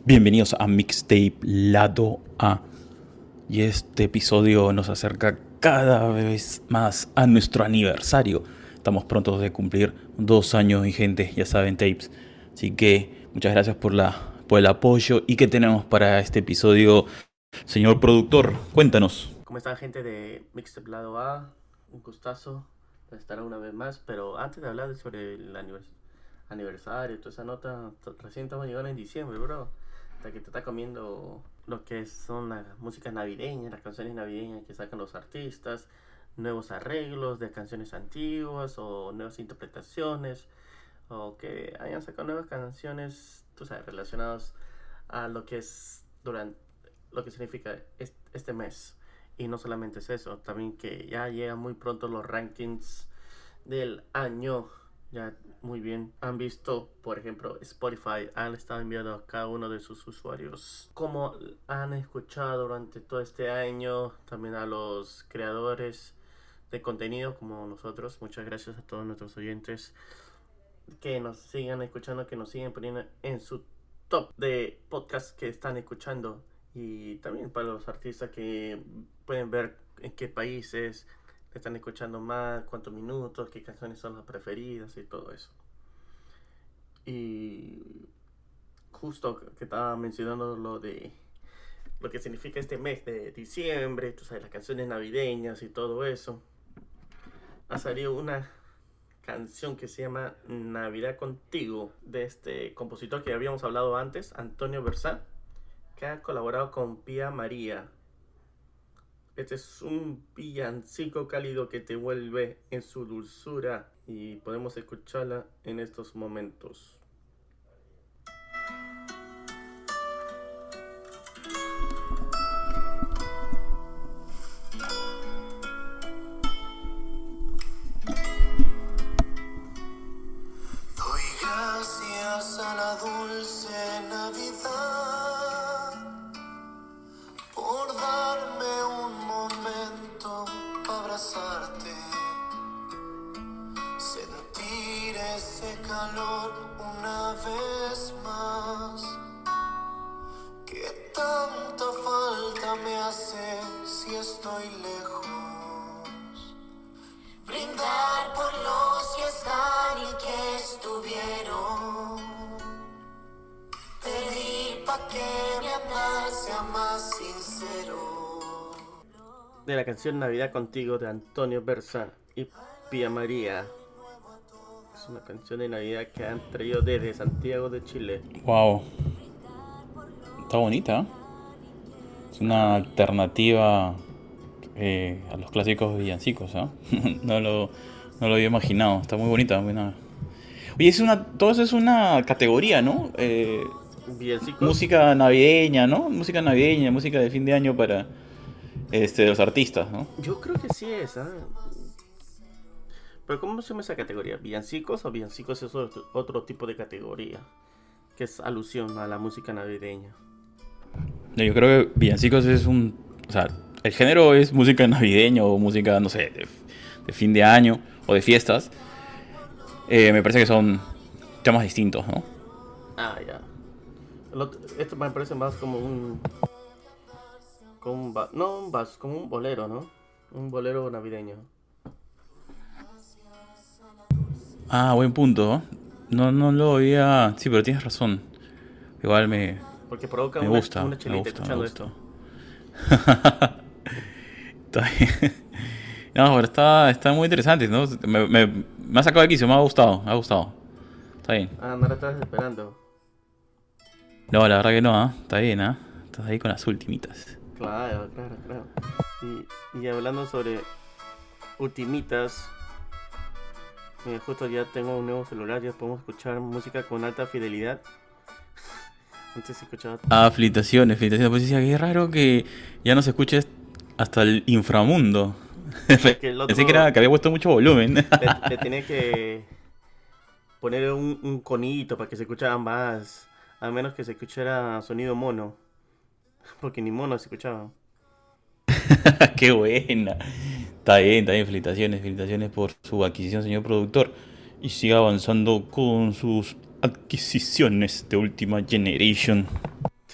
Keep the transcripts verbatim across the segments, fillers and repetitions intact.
Bienvenidos a Mixtape Lado A. Y este episodio nos acerca cada vez más a nuestro aniversario. Estamos prontos de cumplir dos años, mi gente, ya saben, tapes. Así que muchas gracias por, la, por el apoyo. ¿Y qué tenemos para este episodio, señor productor? Cuéntanos. ¿Cómo están, gente de Mixtape Lado A? Un gustazo de estar una vez más. Pero antes de hablar sobre el anivers- aniversario, toda esa nota, t- recién estamos llegando en diciembre, bro. Hasta que te está comiendo lo que son las músicas navideñas, las canciones navideñas que sacan los artistas, nuevos arreglos de canciones antiguas o nuevas interpretaciones, o que hayan sacado nuevas canciones, tú sabes, relacionadas a lo que es durante lo que significa est- este mes. Y no solamente es eso, también que ya llegan muy pronto los rankings del año. Ya muy bien han visto, por ejemplo, Spotify han estado enviando a cada uno de sus usuarios cómo han escuchado durante todo este año, también a los creadores de contenido como nosotros. Muchas gracias a todos nuestros oyentes que nos sigan escuchando, que nos siguen poniendo en su top de podcasts que están escuchando, y también para los artistas que pueden ver en qué países están escuchando más, cuántos minutos, qué canciones son las preferidas y todo eso. Y justo que estaba mencionando lo de lo que significa este mes de diciembre, tú sabes, las canciones navideñas y todo eso, ha salido una canción que se llama Navidad Contigo, de este compositor que habíamos hablado antes, Antonio Versá, que ha colaborado con Pía María. Este es un villancico cálido que te vuelve en su dulzura, y podemos escucharla en estos momentos. Doy gracias a la dulce Navidad por darme un momento para abrazarte, sentir ese calor una vez más, que tanta falta me hace si estoy lejos. Brindar por los que están y que estuvieron, pedir pa' que mi andar sea más sincero. De la canción Navidad Contigo de Antonio Versá y Pía María. Es una canción de Navidad que han traído desde Santiago de Chile. Wow, está bonita. Es una alternativa eh, a los clásicos villancicos, ¿ah? no, lo, no lo había imaginado. Está muy bonita. Buena. Oye, es una, todo eso es una categoría, ¿no? Eh, Villancicos. música navideña, ¿no? Música navideña, música de fin de año para este, los artistas, ¿no? Yo creo que sí es, ¿ah? Pero ¿cómo se llama esa categoría? ¿Villancicos o villancicos es otro, otro tipo de categoría? Que es alusión a la música navideña. No, yo creo que villancicos es un... O sea, el género es música navideña o música, no sé, de, de fin de año o de fiestas. Eh, me parece que son temas distintos, ¿no? Ah, ya. El otro- esto me parece más como un... Como un ba- no, un bas, como un bolero, ¿no? Un bolero navideño. Ah, buen punto. No, no lo había... Sí, pero tienes razón. Igual me, Porque provoca me una, gusta, una me chelita gusta, me escuchando gusta. esto. Está bien. No, pero está, está muy interesante, ¿no? Me, me, me ha sacado de quicio, me ha gustado, me ha gustado. Está bien. Ah, no la estabas esperando. No, la verdad que no, ¿ah? Está bien, ¿ah? Estás ahí con las ultimitas. Claro, claro, claro. Y, y hablando sobre ultimitas, mira, justo ya tengo un nuevo celular, ya podemos escuchar música con alta fidelidad. Antes se escuchaba... Ah, flitaciones, flitaciones. Pues decía, qué raro que ya no se escuche hasta el inframundo. Es que el Pensé que, otro era, que había puesto mucho volumen. le, le tenía que poner un, un conito para que se escuchara más. A menos que se escuchara sonido mono. Porque ni mono se escuchaba. Qué buena. Está bien, está bien. Felicitaciones, felicitaciones por su adquisición, señor productor. Y siga avanzando con sus adquisiciones de última generation.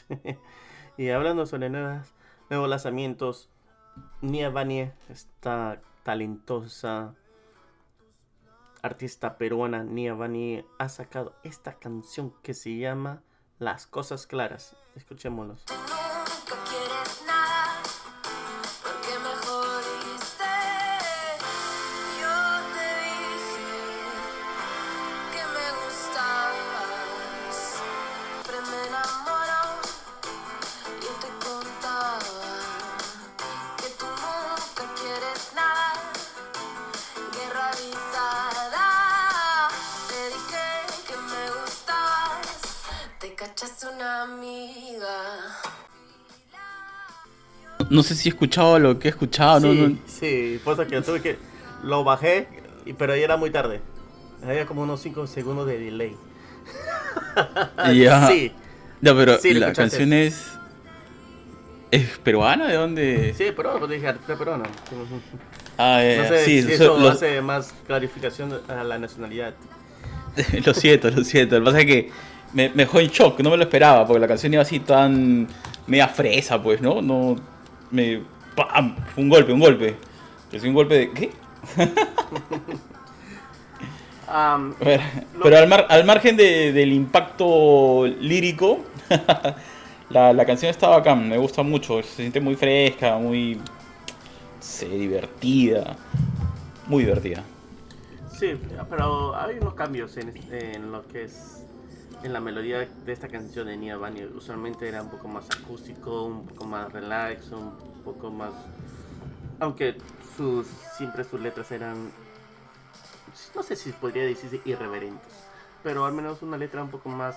Y hablando sobre nuevas, nuevos lanzamientos, Nia Vanie, esta talentosa artista peruana Nia Vanie, ha sacado esta canción que se llama Las Cosas Claras. Escuchémoslos. Tú nunca quieres nada, porque me jodiste. Yo te dije que me gustabas, pero me enamoró. Yo te contaba que tú nunca quieres nada, guerra avisada. Te dije que me gustabas, te cachaste una amiga. No sé si he escuchado lo que he escuchado, sí, no, no. sí, pasa que tuve que lo bajé, y- pero ya era muy tarde. Había como unos cinco segundos de delay. Ya. Sí, No, pero Sí, lo la escuchaste. canción es. ¿Es peruana? ¿De dónde? sí, pero pues dije artista peruano. Ah, eh, No sé sí, si so- eso lo, hace más clarificación a la nacionalidad. lo siento, lo siento. Lo que pasa es que me, me dejó en shock, no me lo esperaba, porque la canción iba así tan media fresa, pues, ¿no? No. Me. ¡Pam! Un golpe, un golpe. Recibí un golpe de. ¿Qué? Am, A ver, Lo- pero al, mar- al margen de- del impacto lírico, la, la canción está bacán, me gusta mucho, se siente muy fresca, muy no sé, divertida, muy divertida. sí, pero hay unos cambios en, en lo que es en la melodía de esta canción de Nia Vanie. Usualmente era un poco más acústico, un poco más relax, un poco más, aunque sus siempre sus letras eran, no sé si podría decirse irreverentes, pero al menos una letra un poco más.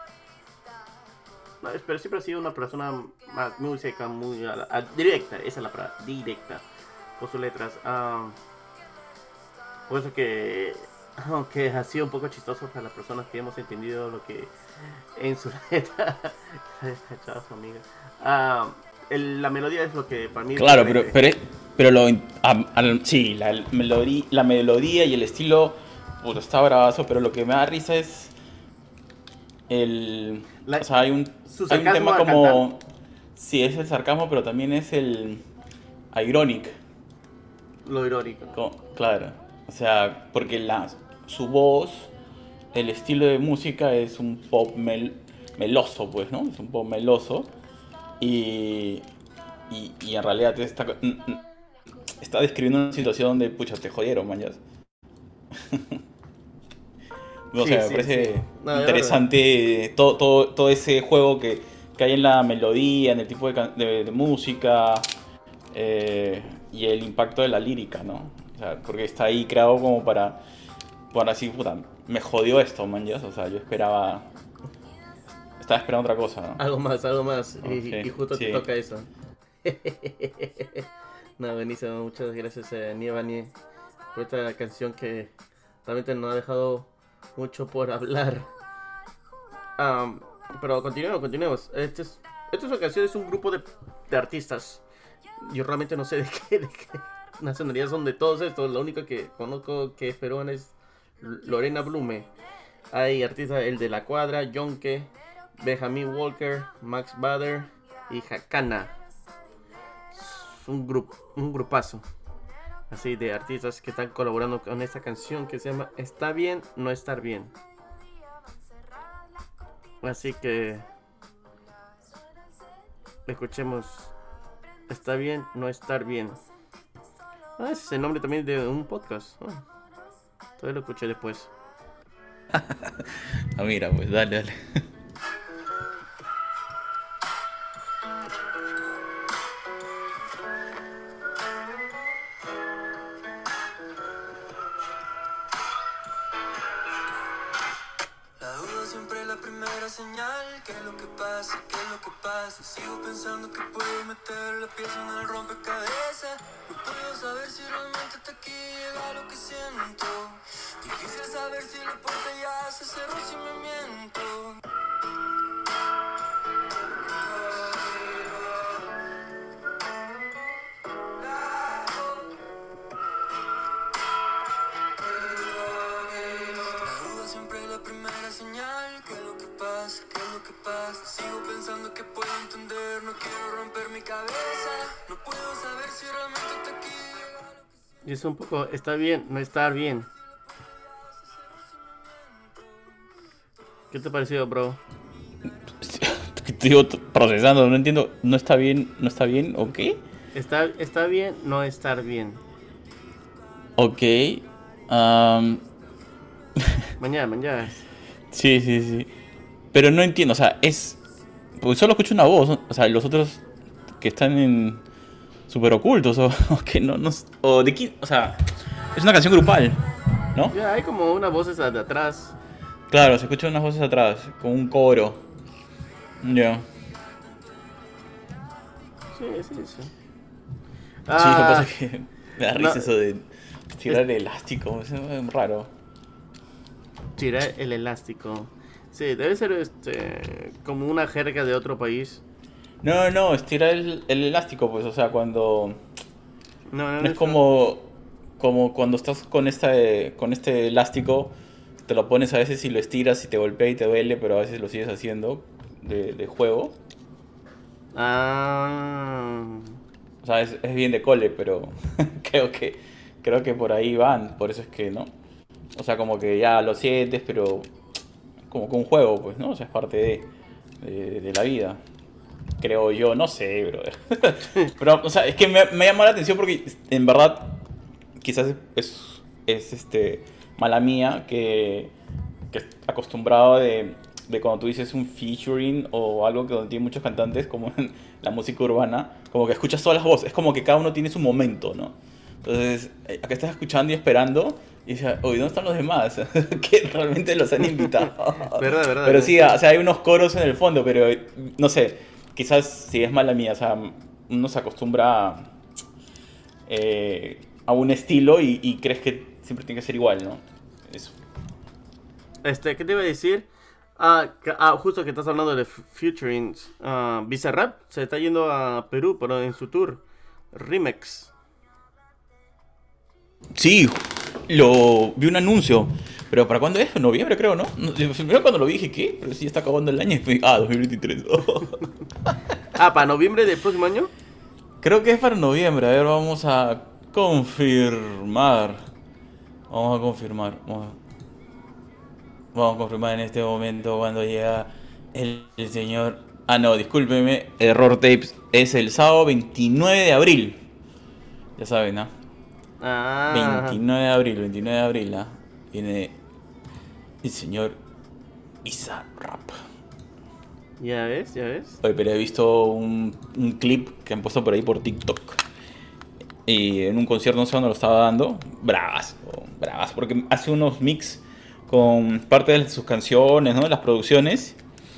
No, pero siempre ha sido una persona más muy seca, muy a la- a- directa, esa es la palabra, directa con sus letras. Ah, por eso que, aunque ha sido un poco chistoso para las personas que hemos entendido lo que en su letra, chao, su amiga. Ah, el- la melodía es lo que para mí es Claro, pero, diferente. pero, pero lo, in- am- al- sí, la melodía, la melodía y el estilo, puta, está bravazo, pero lo que me da risa es el, La- o sea, hay un, su hay un sarcasmo tema al como, sí, es el sarcasmo, pero también es el ironic. Lo irónico. Co- Claro, o sea, porque la, su voz, el estilo de música es un pop mel- meloso, pues, ¿no? Es un pop meloso y, y, y en realidad te está, n- n- está describiendo una situación donde, pucha, te jodieron, mañas. No Sí, sé, me sí, parece sí. No, de interesante todo, todo, todo ese juego que, que hay en la melodía, en el tipo de, can- de- de música eh, y el impacto de la lírica, ¿no? O sea, porque está ahí creado como para, para así, puta, me jodió esto, man, ya. O sea, yo esperaba, estaba esperando otra cosa, ¿no? Algo más, algo más. Y, Ok, y justo sí. te toca eso. No, buenísimo. Muchas gracias a Nia Vanie por esta canción que realmente nos ha dejado mucho por hablar. Am, pero continuemos, continuemos. Este es, esta es una canción, es un grupo de, de artistas. Yo realmente no sé de qué, de qué nacionalidad son de todos estos. La única que conozco que es peruana es Lorena Blume. Hay artistas, el de La Cuadra, Yonke, Benjamin Walker, Max Bader y Hakana. Es un grupo, un grupazo así de artistas que están colaborando con esta canción que se llama Está bien, no estar bien. Así que escuchemos Está bien, no estar bien. Ah, ese es el nombre también de un podcast. Ah, todavía lo escuché después. Ah, mira, pues dale, dale. La duda siempre es la primera señal. ¿Qué es lo que pasa? ¿Qué es lo que pasa? Sigo pensando que puedo meter la pieza en el rompecabezas. No puedo saber si realmente hasta aquí llega lo que siento. Difícil saber si la puerta ya se cerró, si me miento. La duda siempre es la primera señal. ¿Qué es lo que pasa? ¿Qué es lo que pasa? Sigo pensando que puedo entender, no no quiero romper mi cabeza. No puedo saber si realmente está aquí. Y es un poco, está bien, no estar bien. ¿Qué te ha parecido, bro? Estoy procesando, no entiendo. ¿No está bien? ¿No está bien? ¿O qué? Está, está bien, no estar bien. Ok. Um... Mañana, mañana. Sí, sí, sí. Pero no entiendo, o sea, es... Porque solo escucho una voz, ¿no? O sea, los otros que están en... Super ocultos, o, o que no, no... O de quién... O sea, es una canción grupal, ¿no? Ya, hay como unas voces de atrás. Claro, se escuchan unas voces atrás, con un coro. Ya. Sí, sí, sí. Sí, Ah, lo que pasa es que me da risa no, eso de tirar es- el elástico, es eh, raro. tirar el elástico. Sí, debe ser este como una jerga de otro país. No, no, es tirar el, el elástico, pues, o sea, cuando... No, no, No es como, como cuando estás con este, con este elástico, te lo pones a veces y lo estiras y te golpea y te duele, pero a veces lo sigues haciendo de, de juego. Ah, O sea, es, es bien de cole, pero creo que creo que por ahí van, por eso es que, ¿no? O sea, como que ya lo sientes, pero como que un juego, pues, ¿no? O sea, es parte de, de, de la vida. Creo yo, no sé, brother. Pero, o sea, es que me, me llamó la atención porque en verdad quizás es, es este mala mía que, que acostumbrado de, de cuando tú dices un featuring o algo que donde tiene muchos cantantes, como en la música urbana, como que escuchas todas las voces, es como que cada uno tiene su momento, ¿no? Entonces, eh, acá estás escuchando y esperando y dices, oye, ¿dónde están los demás? Que realmente los han invitado. verdad, verdad. Pero sí, o sea, hay unos coros en el fondo, pero no sé, quizás si es mala mía, o sea, uno se acostumbra a, eh, a un estilo y, y crees que siempre tiene que ser igual, ¿no? Eso. Este, ¿qué te iba a decir? Ah, que- ah, justo que estás hablando de f- featurings. Ah, Bizarrap se está yendo a Perú, pero en su tour. Remix. Sí, lo vi un anuncio, pero ¿para cuándo es? Noviembre creo, ¿no? No, primero cuando lo vi dije, ¿qué? Pero sí está acabando el año y fui, ah, dos mil veintitrés. Ah, ¿para noviembre del próximo año? Creo que es para noviembre, a ver, vamos a confirmar. Vamos a confirmar. Vamos a, vamos a confirmar en este momento cuando llega el, el señor... Ah, no, discúlpeme, Error Tapes, es el sábado veintinueve de abril. Ya saben, ¿no? Ah, veintinueve de abril, veintinueve de abril, ¿ah? Viene el señor Bizarrap. ya ves, ya ves. Oye, pero he visto un, un clip que han puesto por ahí por TikTok. Y en un concierto, no sé dónde lo estaba dando. Bravas, oh, bravas. Porque hace unos mix con parte de sus canciones, ¿no? Las producciones.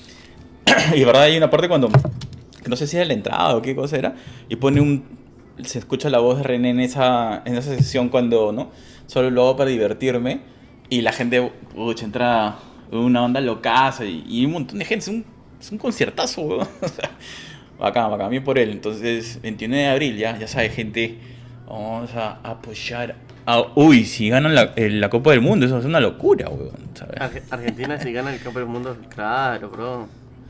Y de verdad hay una parte cuando... que no sé si era la entrada o qué cosa era. Y pone un... se escucha la voz de René en esa, en esa sesión cuando, ¿no? Solo lo hago para divertirme. Y la gente, pucha, entra en una onda locaza. Y, y un montón de gente. Es un, es un conciertazo, weón. O sea, bacán, bacán, bien por él. Entonces, veintinueve de abril, ya, ya sabe, gente. Vamos a apoyar. A, uy, si ganan la, eh, la Copa del Mundo, eso es una locura, weón. ¿Sabes? Arge- Argentina si gana el Campo del Mundo, claro, bro.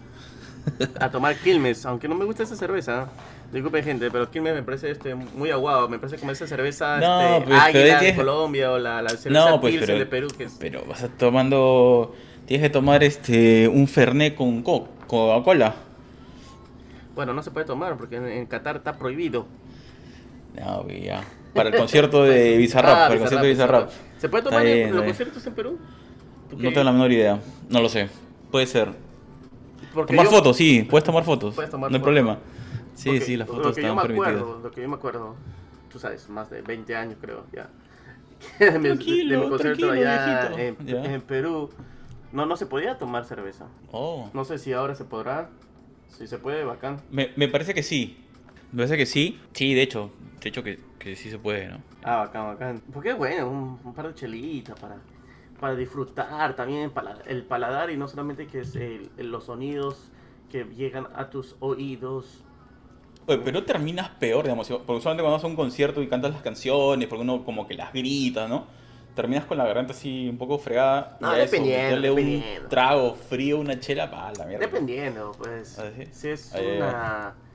A tomar Quilmes, aunque no me gusta esa cerveza. Disculpe, gente, pero Quilmes me parece este, muy aguado. Me parece como esa cerveza No, este, pues, pero Águila de tienes- Colombia o la, la cerveza No, pues, Pilsen pero, de Perú. Que es... pero vas a tomando. Tienes que tomar este un Fernet con co- Coca-Cola. Bueno, no se puede tomar porque en, en Qatar está prohibido. No, güey, ya. Para el concierto de Bizarrap, Ah, para el concierto de Bizarrap. ¿Se puede Está tomar bien, en está los bien. conciertos en Perú? Porque- No tengo la menor idea. No lo sé. Puede ser. porque Tomar yo- fotos, sí. Puedes tomar fotos. Puedes tomar no hay fotos. problema. Sí, porque sí, las lo fotos que yo están me permitidas. acuerdo, Lo que yo me acuerdo, tú sabes, más de veinte años creo, ya. de, mi- Tranquilo, de mi concierto tranquilo, allá viejito. en, Ya. en Perú, no, no se podía tomar cerveza. Oh. No sé si ahora se podrá. Si se puede, bacán. Me, me parece que sí. Me parece que sí. Sí, de hecho. De hecho que, que sí se puede, ¿no? Ah, bacán, bacán. Porque bueno, un, un par de chelitas para, para disfrutar también pala- el paladar y no solamente que es el- el- los sonidos que llegan a tus oídos. Oye, pero terminas peor, digamos, porque solamente cuando vas a un concierto y cantas las canciones, porque uno como que las grita, ¿no? Terminas con la garganta así un poco fregada. No, y a eso, dependiendo, meterle un dependiendo. trago frío, una chela, pa, la mierda. Dependiendo, pues. ¿Ah, sí? Si es Ah, ya, una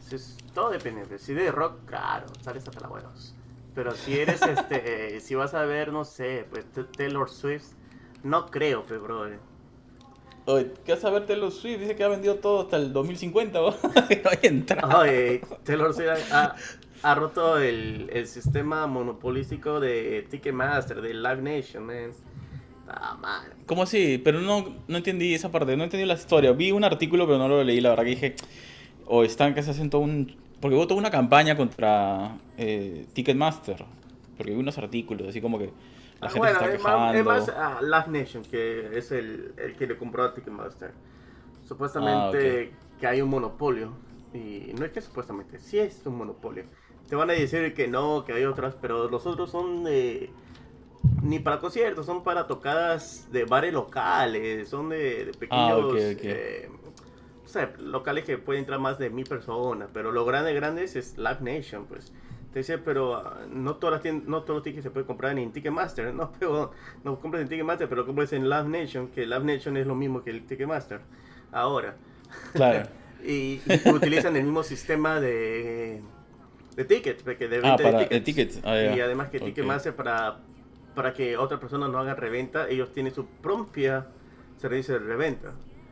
Si es- todo depende. Pues, si de rock, claro, sales hasta la huevos. Pero si eres, este, eh, si vas a ver, no sé, pues T- Taylor Swift, no creo, pues, bro. Oye, ¿qué vas a ver Taylor Swift? Dice que ha vendido todo hasta el dos mil cincuenta, ¿no? Que no hay entrada. Oye, Taylor Swift ha, ha roto el, el sistema monopolístico de Ticketmaster, de Live Nation, man. Ah, man. ¿Cómo así? Pero no, no entendí esa parte, no entendí la historia. Vi un artículo, pero no lo leí, la verdad que dije, o están que se hacen todo un... Porque hubo toda una campaña contra eh, Ticketmaster, porque vi unos artículos, así como que la Ah, gente bueno, se está es más, es quejando. más a Live Nation, que es el, el que le compró a Ticketmaster. Ah, Supuestamente ok. que hay un monopolio. Y no es que supuestamente, sí es un monopolio. Te van a decir que no, que hay otras, pero los otros son de... Ni para conciertos, son para tocadas de bares locales, son de, de Ah, ok, pequeños... ok. eh, o sea, locales que pueden entrar más de mil personas, pero lo grande, grandes es Live Nation, pues. Te dice, pero ah, no todas las tiendas, no todos los tickets se pueden comprar en Ticketmaster, no, pero no compres en Ticketmaster, pero compres en Live Nation, que Live Nation es lo mismo que el Ticketmaster. Ahora. Claro. y, y utilizan el mismo sistema de, de tickets, porque de Ah, venta para de de tickets. tickets. Ah, ya. Y además que Ok. Ticketmaster para, para que otra persona no haga reventa, ellos tienen su propia servicio de reventa.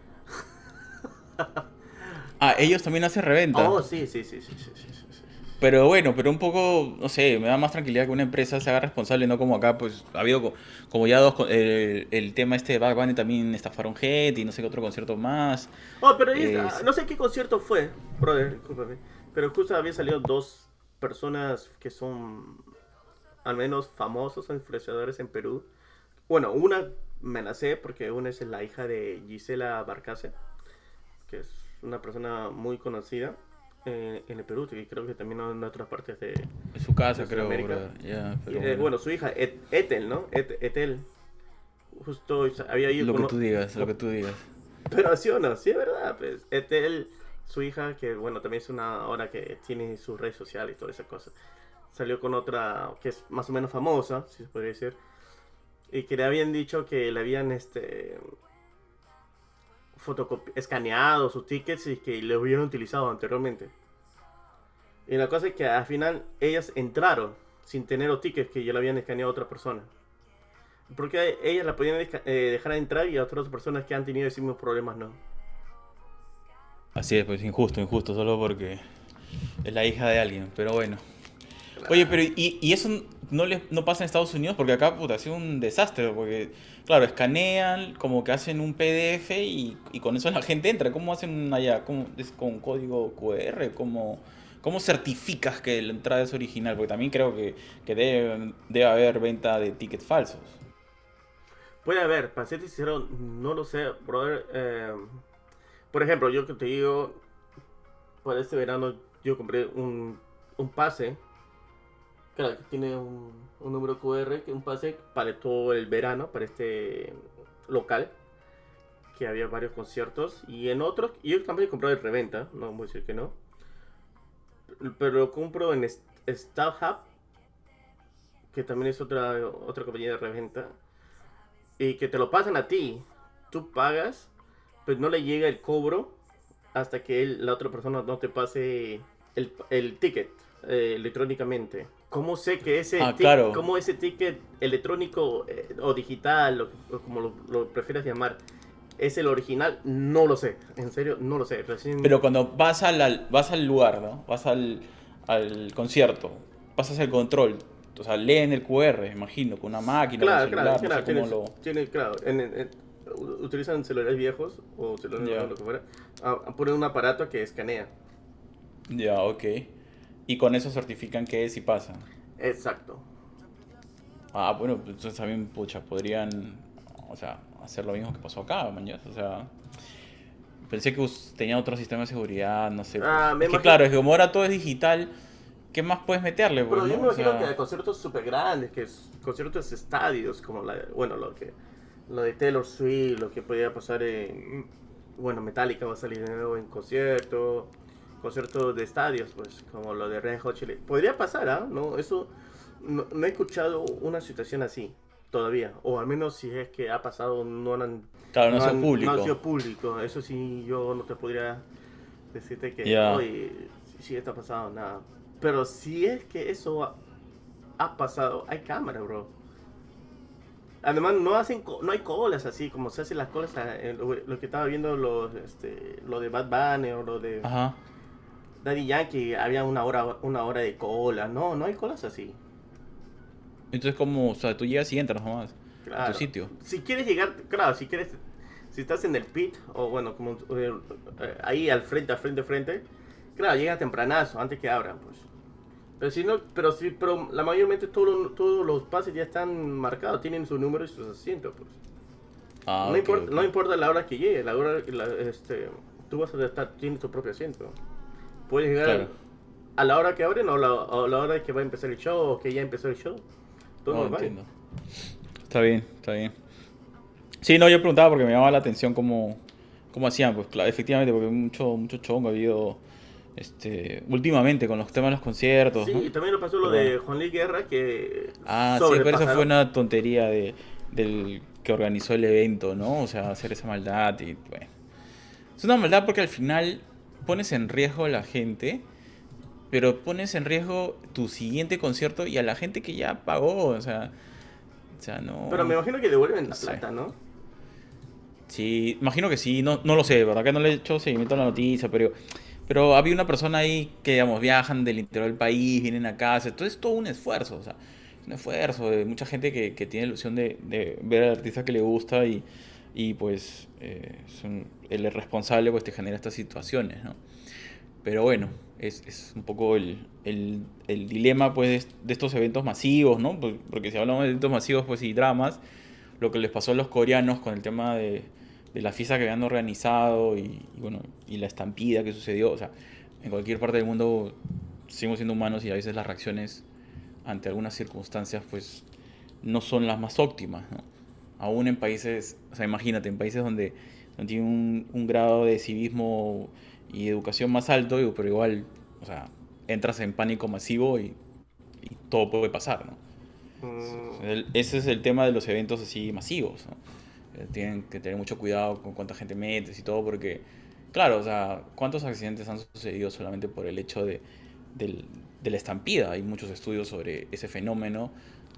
Ah, ellos también hacen reventa. Oh, sí, sí, sí, sí, sí, sí, sí, sí. Pero bueno, pero un poco, no sé, me da más tranquilidad que una empresa se haga responsable, no como acá, pues ha habido co- como ya dos, co- el, el tema este de Bad Bunny también estafaron gente y no sé qué otro concierto más. Oh, pero ahí Eh, está- no sé qué concierto fue, brother, discúlpame. Pero justo había salido dos personas que son al menos famosos o influenciadores en Perú. Bueno, una me la sé porque una es la hija de Gisela Barcase, que es una persona muy conocida eh, en el Perú, y creo que también en otras partes de, en su casa, de creo, Sudamérica. brother. Ya, Y, pero eh, bueno. bueno, su hija, Et- Ethel, ¿no? Et- Ethel, justo había ido Lo que con... tú digas, lo que tú digas. Pero sí o no, sí es verdad, pues. Ethel, su hija, que bueno, también es una ahora que tiene sus redes sociales y toda esa cosa. Salió con otra que es más o menos famosa, si se podría decir. Y que le habían dicho que le habían este fotocopi- escaneado sus tickets y que le hubieran utilizado anteriormente. Y la cosa es que al final ellas entraron sin tener los tickets que ya le habían escaneado a otra persona. Porque ellas la podían esca- eh, dejar entrar y a otras personas que han tenido esos mismos problemas no. Así es, pues injusto, injusto, solo porque es la hija de alguien, pero bueno. Oye, pero ¿y, y eso no les, no pasa en Estados Unidos? Porque acá, puta, ha sido un desastre, porque, claro, escanean, como que hacen un P D F y, y con eso la gente entra. ¿Cómo hacen allá? ¿Cómo, es con código Q R? ¿Cómo, cómo certificas que la entrada es original? Porque también creo que, que debe, debe haber venta de tickets falsos. Puede haber, para ser sincero, no lo sé, brother. Eh, por ejemplo, yo que te digo, para este verano yo compré un, un pase. Claro, que tiene un, un número Q R, que un pase para todo el verano, para este local, que había varios conciertos. Y en otros, y yo también he comprado en reventa, no voy a decir que no. Pero lo compro en St- StubHub, que también es otra, otra compañía de reventa. Y que te lo pasan a ti. Tú pagas, pues no le llega el cobro hasta que él- la otra persona no te pase el, el ticket eh, electrónicamente. ¿Cómo sé que ese, Ah, ti- claro. cómo ese ticket electrónico eh, o digital, o, o como lo, lo prefieras llamar, es el original? No lo sé. En serio, no lo sé. Recién... Pero cuando vas al, al- vas al lugar, ¿no? Vas al, al concierto, pasas el control, o sea, leen el Q R, imagino, con una máquina, con un Claro, claro, celular, no claro. sé cómo Tiene, lo... tiene- claro, en- en- en- u- utilizan celulares viejos o celulares Ya. nuevos, lo que fuera. Ah, ponen un aparato que escanea. Ya, ok. Y con eso certifican que es y pasa. Exacto. Ah, bueno, pues entonces también, pucha, podrían, o sea, hacer lo mismo que pasó acá, mañana. O sea, pensé que us- tenían otro sistema de seguridad, no sé. Pues. Ah, me Es que imagino- claro, es que como ahora todo es digital, ¿qué más puedes meterle, pues, Pero yo no? me O imagino sea, que hay conciertos súper grandes, que es conciertos de estadios, como la, bueno, lo que, lo de Taylor Swift, lo que podía pasar en, bueno, Metallica va a salir de nuevo en concierto, conciertos de estadios, pues, como lo de Red Hot Chili. Podría pasar, ¿ah? No, eso, no, no he escuchado una situación así todavía, o al menos si es que ha pasado, no han, claro, no, ha sido han- público. no ha sido público. Eso sí, yo no te podría decirte que, Ya. oye, si está pasando nada. Pero si es que eso ha, ha pasado, hay cámara, bro. Además, no hacen co- no hay colas así como se hacen las colas. eh, Lo, lo que estaba viendo, los, este, lo de Bad Bunny o lo de Ajá. Daddy Yankee, había una hora, una hora de cola. No, no hay colas así. Entonces, como, o sea, tú llegas y entras nomás a tu Claro. sitio. Si quieres llegar, claro, si quieres, si estás en el pit o bueno, como eh, eh, ahí al frente, al frente, frente, claro, llega tempranazo, antes que abran, pues. Pero si no, pero sí, pero la mayormente todos los, todos los pases ya están marcados, tienen su número y sus asientos, pues. Ah, no ok, importa, ok. no importa la hora que llegue, la hora, la, este, tú vas a estar, tienes tu propio asiento. Puedes llegar Claro. a la hora que abren o la, o la hora que va a empezar el show o que ya empezó el show. Todo Oh, normal. entiendo. Está bien, está bien. Sí, no, yo preguntaba porque me llamaba la atención cómo, cómo hacían, pues claro, efectivamente, porque mucho, mucho chongo ha habido este, últimamente con los temas de los conciertos, Sí, ¿no? y también lo pasó lo Pero- de Juan Luis Guerra que Ah, sí, pero eso fue sobrepasaron. una tontería de, del que organizó el evento, ¿no? O sea, hacer esa maldad y bueno. Es una maldad porque al final pones en riesgo a la gente, pero pones en riesgo tu siguiente concierto y a la gente que ya pagó, o sea, o sea, no. Pero me imagino que devuelven No la sé. plata, ¿no? Sí, imagino que sí, no, no lo sé, ¿verdad? Que no le he hecho seguimiento a la noticia, pero, pero había una persona ahí que, digamos, viajan del interior del país, vienen acá, o sea, todo es todo un esfuerzo, o sea, es un esfuerzo de mucha gente que, que tiene la ilusión de, de ver al artista que le gusta y, y pues, eh, son- el responsable pues te genera estas situaciones, ¿no? Pero bueno, es, es un poco el, el, el dilema pues de, de estos eventos masivos, ¿no? Por- Porque si hablamos de eventos masivos pues y dramas, lo que les pasó a los coreanos con el tema de, de la fiesta que habían organizado y, y bueno, y la estampida que sucedió, o sea, en cualquier parte del mundo seguimos siendo humanos y a veces las reacciones ante algunas circunstancias pues no son las más óptimas, ¿no? Aún en países, o sea, imagínate, en países donde, donde tienen un, un grado de civismo y educación más alto, digo, pero igual, o sea, entras en pánico masivo y, y todo puede pasar, ¿no? Mm, El- ese es el tema de los eventos así masivos, ¿no? Eh, Tienen que tener mucho cuidado con cuánta gente metes y todo, porque, claro, o sea, ¿cuántos accidentes han sucedido solamente por el hecho de, del- de la estampida? Hay muchos estudios sobre ese fenómeno.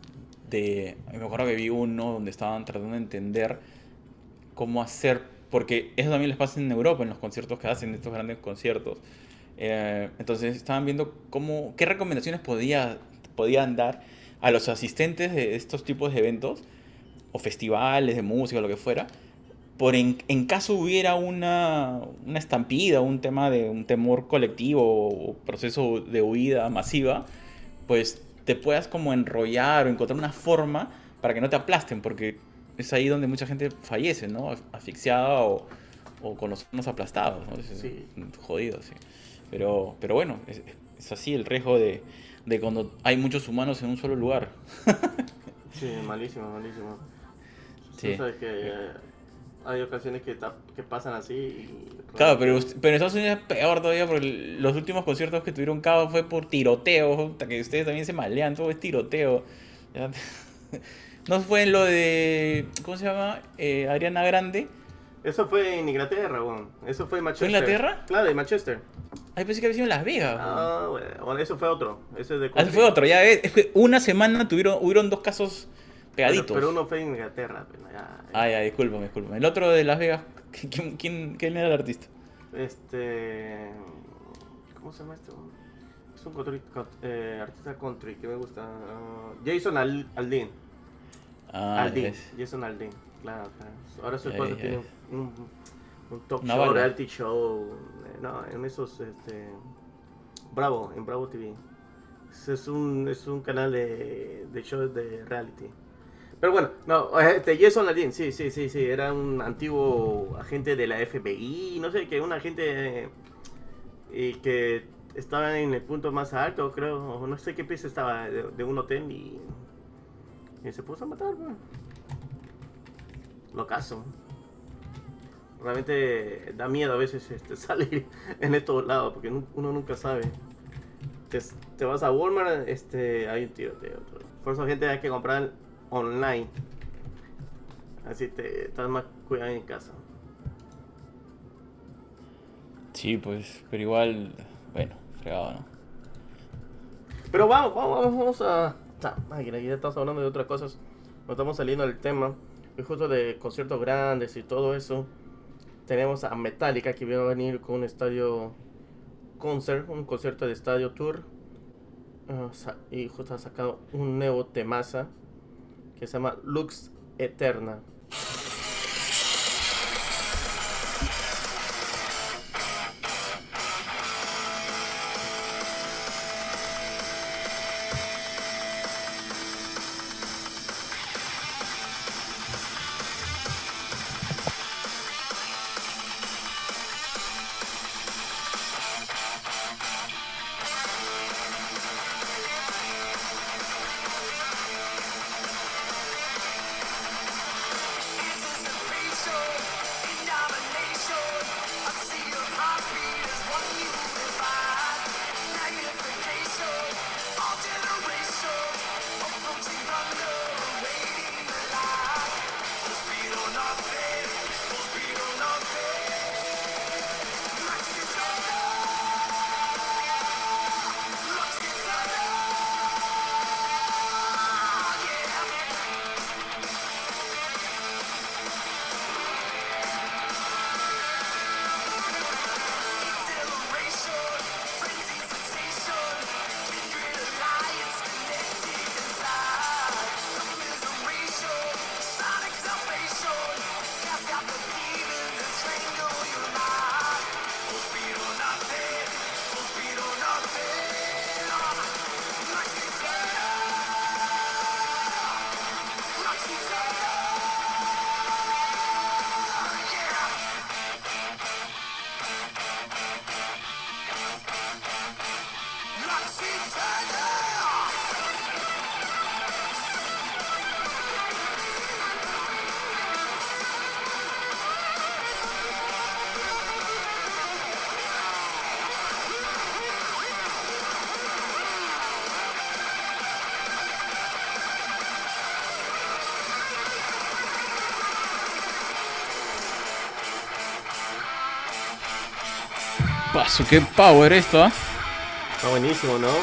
De, me acuerdo que vi uno donde estaban tratando de entender cómo hacer, porque eso también les pasa en Europa, en los conciertos que hacen, estos grandes conciertos. Eh, entonces estaban viendo cómo, qué recomendaciones podía, podían dar a los asistentes de estos tipos de eventos, o festivales de música, o lo que fuera, por en, en caso hubiera una, una estampida, un tema de un temor colectivo o proceso de huida masiva, pues te puedas como enrollar o encontrar una forma para que no te aplasten, porque es ahí donde mucha gente fallece, ¿no? Asfixiada o, o con los ojos aplastados, ¿no? Es, es sí, jodido, sí. Pero, pero bueno, es, es así el riesgo de, de cuando hay muchos humanos en un solo lugar. sí, malísimo, malísimo. Sí. Tú sabes que eh, hay ocasiones que, ta- que pasan así y... Claro, pero, ust- pero en Estados Unidos es peor todavía porque los últimos conciertos que tuvieron cabo fue por tiroteo, puta, que ustedes también se malean, todo es tiroteo. Ya. No fue en lo de, ¿cómo se llama? Eh, Ariana Grande. Eso fue en Inglaterra, weón. Eso fue en Manchester. Inglaterra? Claro, en Manchester. Ay, pensé que había sido en Las Vegas. weón. Ah, bueno, bueno, eso fue otro. Ese es de Ah, ese fue otro, ya ves, es que una semana tuvieron, hubieron dos casos pegaditos. Pero, pero uno fue en Inglaterra. Bueno, ya, ya. Ah, ya, discúlpame, discúlpame. El otro de Las Vegas, ¿quién, quién, quién era el artista? Este... ¿Cómo se llama esto? Es un country- cont- eh, artista country que me gusta. ah, Jason Al- Aldean. Ah, Aldean. es- Jason Aldean. Claro, claro. Ahora su Ya, esposa ya, tiene ya. un, un talk Una show, bala. reality show. eh, No, en esos... Este, Bravo, en Bravo T V. Es, es un, es un canal de, de shows de reality. Pero bueno, no, este Jason Aldean, sí, sí, sí, sí, era un antiguo agente de la F B I, no sé, que un agente eh, que estaba en el punto más alto, creo, o no sé qué piso estaba de, de un hotel y, y se puso a matar, bro. Locazo. Realmente da miedo a veces este, salir en estos lados, porque nu- uno nunca sabe. Te, te vas a Walmart, este, hay un tiroteo. Por eso, gente, hay que comprar online. Así te estás más cuidado en casa. Sí, pues, pero igual, bueno, fregado, ¿no? Pero vamos, vamos, vamos a... Ah, máquina, ya estamos hablando de otras cosas. No estamos saliendo del tema. Y justo de conciertos grandes y todo eso. Tenemos a Metallica que viene a venir con un estadio concert, un concierto de estadio tour. Uh, y justo ha sacado un nuevo temaza que se llama Lux Eterna. Paso, qué power esto, ¿ah? ¿eh? Está buenísimo, ¿no?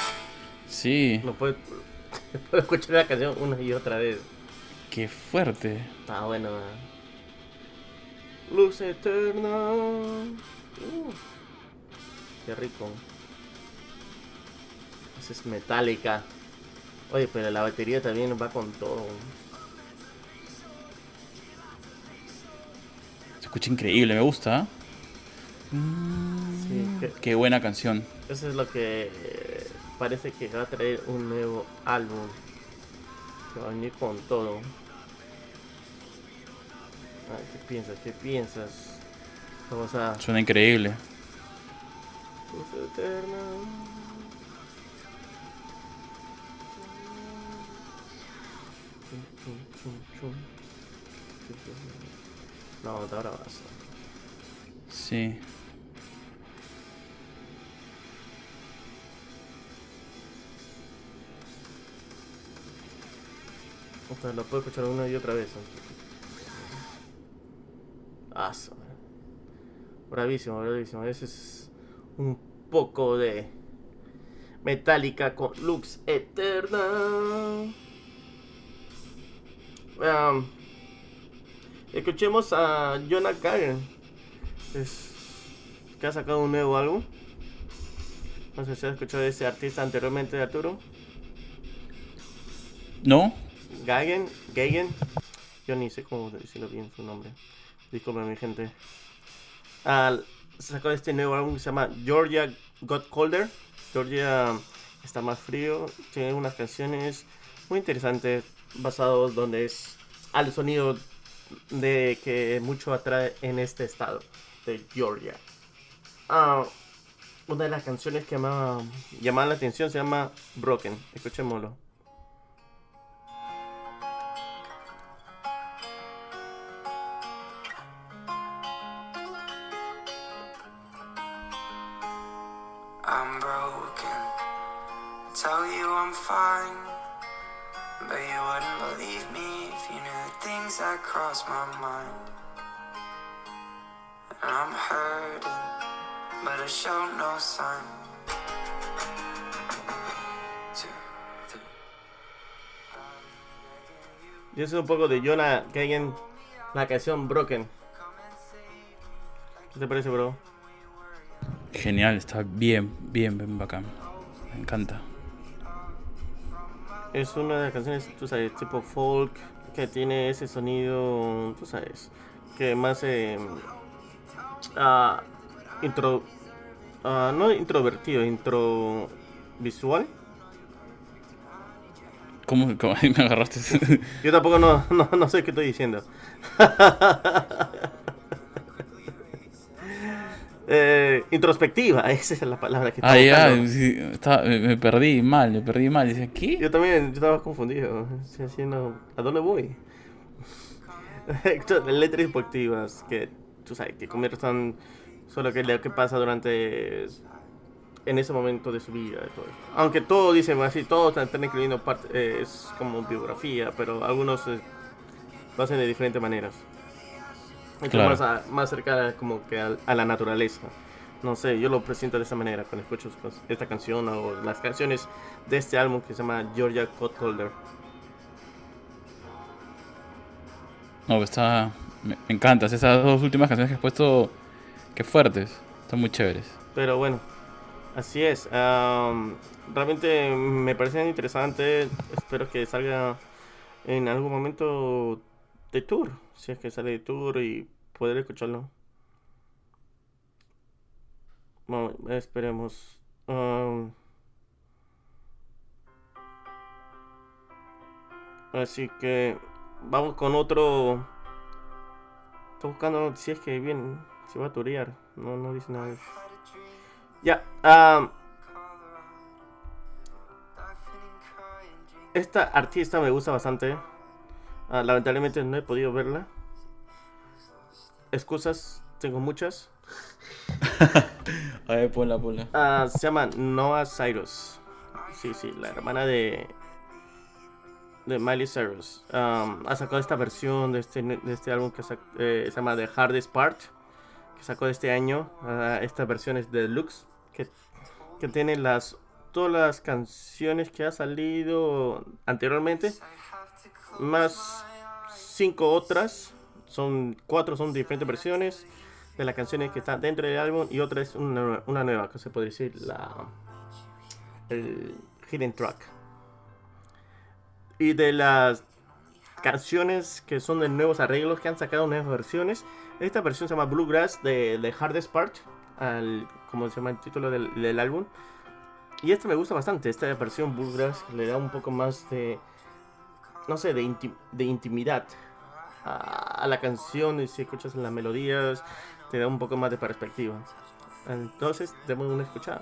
Sí. No puedo, puedo escuchar la canción una y otra vez. Qué fuerte. Está bueno, ¿eh? Luz eterna. Uh, qué rico. Esa es Metallica. Oye, pero la batería también va con todo. Se escucha increíble, me gusta, ¿eh? Sí, que, qué buena canción. Eso es lo que eh, parece que va a traer un nuevo álbum. Que va a venir con todo. Ay, ¿qué piensas? ¿Qué piensas? Vamos a... Suena increíble. Luz eterna. No, ahora vas. Sí. O sea, lo puedo escuchar una y otra vez. Ah, bravísimo, bravísimo. Ese es un poco de Metallica con Lux Eterna. Um, escuchemos a Jonah Cagen, es, que ha sacado un nuevo álbum. No sé si has escuchado de ese artista anteriormente, Arturo. ¿No? Gagen, Gagen. Yo ni sé cómo decirlo bien su nombre. Disculpen, mi gente. Uh, sacó este nuevo álbum que se llama Georgia Got Colder. Georgia está más frío. Tiene unas canciones muy interesantes basados donde es al sonido de que mucho atrae en este estado de Georgia. Uh, una de las canciones que me llama la atención se llama Broken. Escuchémoslo. I'm broken. Tell you I'm fine, but you wouldn't believe me if you knew the things that cross my mind. And I'm hurting, but I show no sign. Y eso es un poco de Jonah Kagan, la canción Broken. ¿Qué te parece, bro? Genial, está bien, bien, bien bacán. Me encanta. Es una de las canciones, tú sabes, tipo folk, que tiene ese sonido, tú sabes, que más eh, uh, intro, uh, no introvertido, intro visual. ¿Cómo, cómo me agarraste? Yo tampoco no, no, no sé qué estoy diciendo. eh, introspectiva, esa es la palabra que estaba Ah, ya, buscando. sí, estaba- me, me perdí mal, me perdí mal. Decía, ¿qué? Yo también, yo estaba confundido. Estoy haciendo, ¿a dónde voy? Letras introspectivas que, tú sabes, que conviertan solo que lo que pasa durante en ese momento de su vida y todo esto. Aunque todos dicen así, todos están incluyendo parte, eh, es como biografía, pero algunos eh, lo hacen de diferentes maneras. Esto Claro. es más, a- más cercana como que a, a la naturaleza. No sé, yo lo presento de esa manera cuando escucho esta canción o las canciones de este álbum que se llama Georgia Cutholder. No, está. Me, me encantas. Esas dos últimas canciones que has puesto, qué fuertes. Están muy chéveres. Pero bueno, así es. Um, realmente me parecen interesantes. Espero que salga en algún momento de tour. Si es que sale de tour y poder escucharlo. Bueno, esperemos. Um, así que vamos con otro. Estoy buscando si es que bien, si va a turear. No, no dice nada. Ya. Um, esta artista me gusta bastante. Uh, lamentablemente no he podido verla. Excusas, tengo muchas. A ver, ponla, ponla. Uh, se llama Noah Cyrus. Sí, sí, la hermana de de Miley Cyrus. Um, ha sacado esta versión de este, de este álbum que sac, eh, se llama The Hardest Part, que sacó de este año. Uh, esta versión es deluxe, que, que tiene las todas las canciones que ha salido anteriormente, más cinco otras. Son cuatro, son diferentes versiones de las canciones que están dentro del álbum y otra es una, una nueva, que se puede decir la el hidden track. Y de las canciones que son de nuevos arreglos que han sacado nuevas versiones, esta versión se llama Bluegrass de The Hardest Part, al, como se llama el título del, del álbum. Y esta me gusta bastante, esta versión Bluegrass le da un poco más de, no sé, de, inti de intimidad a, a la canción. Y si escuchas las melodías te da un poco más de perspectiva. Entonces demos una escuchada.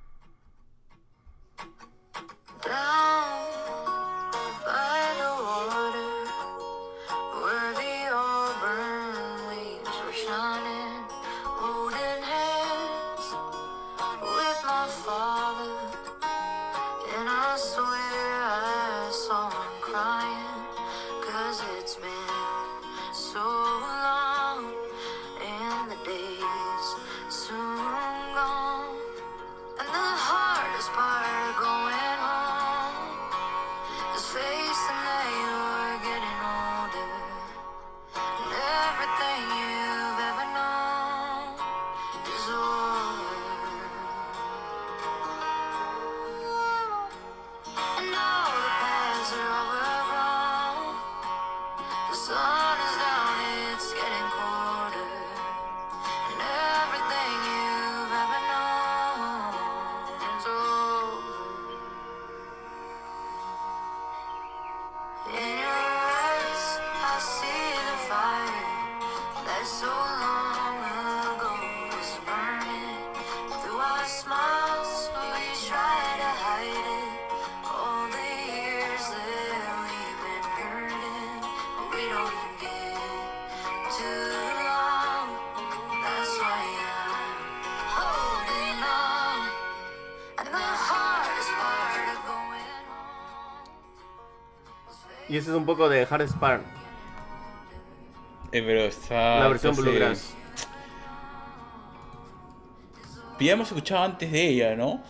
Y ese es un poco de Hardest Part. Eh, pero está. La versión entonces, Bluegrass. habíamos escuchado antes de ella, ¿no?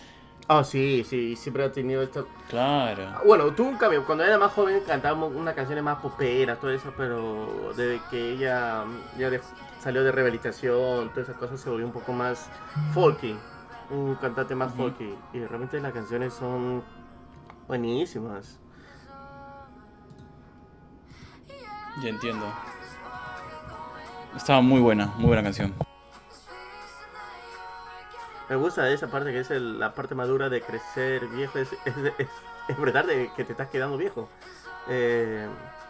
Ah, sí, sí, siempre ha tenido esto. Claro. Bueno, tuvo un cambio. Cuando era más joven cantaba unas canciones más poperas, todo eso, pero desde que ella ya de- salió de rehabilitación, todas esas cosas, se volvió un poco más folky. Un cantante más Ujú. folky. Y realmente las canciones son buenísimas. Ya entiendo. Estaba muy buena, muy buena canción. Me gusta esa parte que es el- la parte madura de crecer viejo. Es, es, es, es verdad de que te estás quedando viejo. Eh,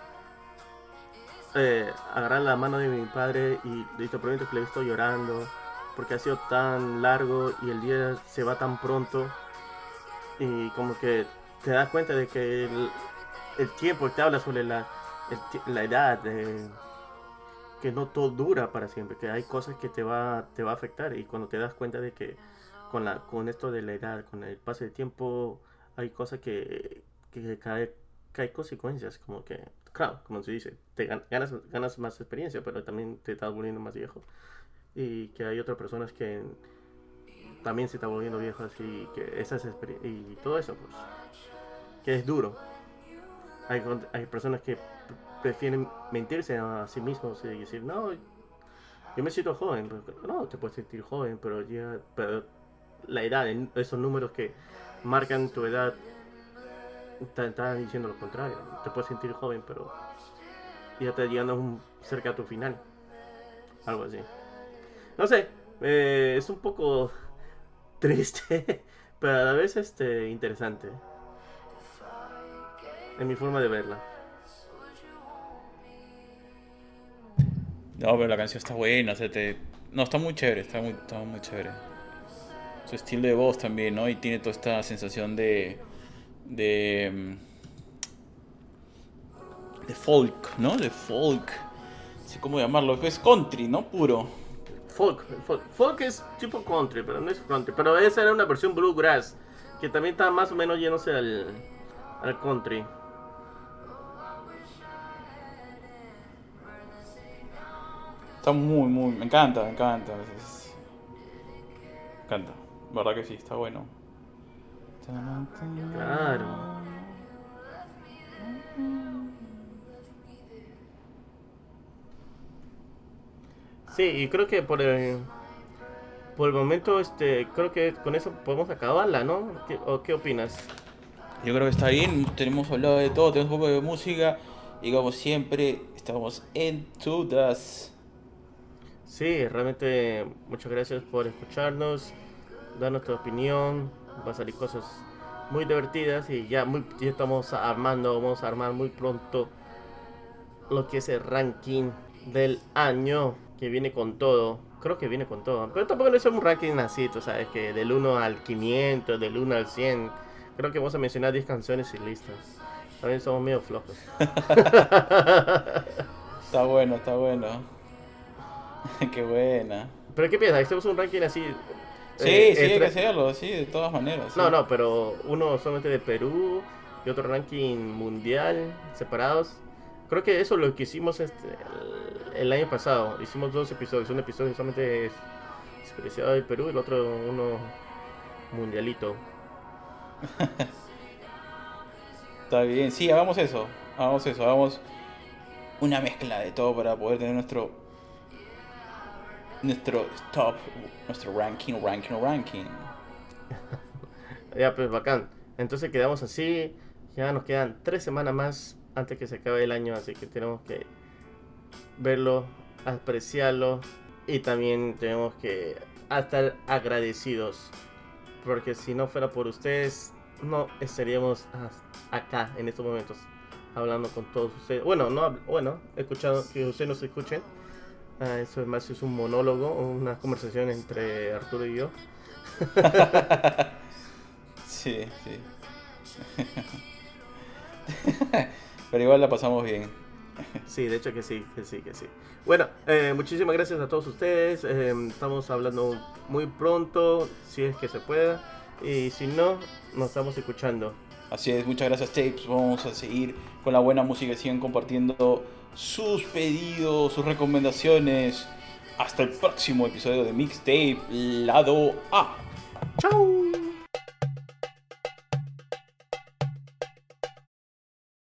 eh, Agarrar la mano de mi padre y, y te prometo que le he visto llorando porque ha sido tan largo y el día se va tan pronto y como que te das cuenta de que el, el tiempo te habla sobre la, el ti- la edad, eh, que no todo dura para siempre, que hay cosas que te va, te va a afectar y cuando te das cuenta de que con, la, con esto de la edad, con el paso del tiempo, hay cosas que, que cae, que hay consecuencias, como que, claro, como se dice, te gan- ganas, ganas más experiencia, pero también te estás volviendo más viejo. Y que hay otras personas que también se están volviendo viejas y que esas experien- y todo eso, pues, que es duro. Hay, con- hay personas que p- prefieren mentirse a sí mismos y decir, no, yo me siento joven. Pero no, te puedes sentir joven, pero ya, pero la edad, en- esos números que marcan tu edad, te están diciendo lo contrario. Te puedes sentir joven, pero ya estás llegando un- cerca a tu final. Algo así. No sé, eh, es un poco triste, pero a la vez este, interesante. En mi forma de verla. No, pero la canción está buena, o sea, te... No, está muy chévere, está muy, está muy chévere. Su estilo de voz también, ¿no? Y tiene toda esta sensación de... de... mm, de folk, ¿no? De folk. No sé cómo llamarlo, es country, ¿no? Puro. Folk, folk, folk es tipo country, pero no es country. Pero esa era una versión bluegrass, que también está más o menos yéndose al, al country. Está muy, muy... Me encanta, me encanta. Es- Me encanta. ¿Verdad que sí? Está bueno. Claro. Sí, y creo que por el, por el momento, este, creo que con eso podemos acabarla, ¿no? ¿Qué, o qué opinas? Yo creo que está bien, tenemos hablado de todo, tenemos un poco de música y como siempre estamos en todas. Sí, realmente muchas gracias por escucharnos, darnos tu opinión, va a salir cosas muy divertidas y ya, muy, ya estamos armando, vamos a armar muy pronto lo que es el ranking del año, que viene con todo. Creo que viene con todo. Pero tampoco no es un ranking así, tú sabes, que del uno al quinientos, del uno al cien. Creo que vamos a mencionar diez canciones y listas. También somos medio flojos. Está bueno, está bueno. Qué buena. Pero ¿qué piensas? ¿Hacemos un ranking así? Sí, Eh, sí, hay que entre- hacerlo, sí, de todas maneras, sí. No, no, pero uno solamente de Perú y otro ranking mundial, separados. Creo que eso es lo que hicimos este, el, el año pasado. Hicimos dos episodios. Un episodio solamente es especial de Perú y el otro uno mundialito. Está bien, sí, hagamos eso, hagamos eso, hagamos una mezcla de todo para poder tener nuestro nuestro top, nuestro ranking, ranking, ranking. Ya, pues bacán. Entonces quedamos así. Ya nos quedan tres semanas más antes que se acabe el año. Así que tenemos que verlo, apreciarlo. Y también tenemos que estar agradecidos. Porque si no fuera por ustedes, no estaríamos acá en estos momentos hablando con todos ustedes. Bueno, no, bueno, escuchando que ustedes nos escuchen. Ah, eso es más es un monólogo, una conversación entre Arturo y yo. Sí, sí. Pero igual la pasamos bien. Sí, de hecho que sí, que sí, que sí. Bueno, eh, muchísimas gracias a todos ustedes. Eh, estamos hablando muy pronto, si es que se pueda. Y si no, nos estamos escuchando. Así es, muchas gracias Tapes, vamos a seguir con la buena música, sigan compartiendo sus pedidos, sus recomendaciones. Hasta el próximo episodio de Mixtape Lado A. ¡Chao!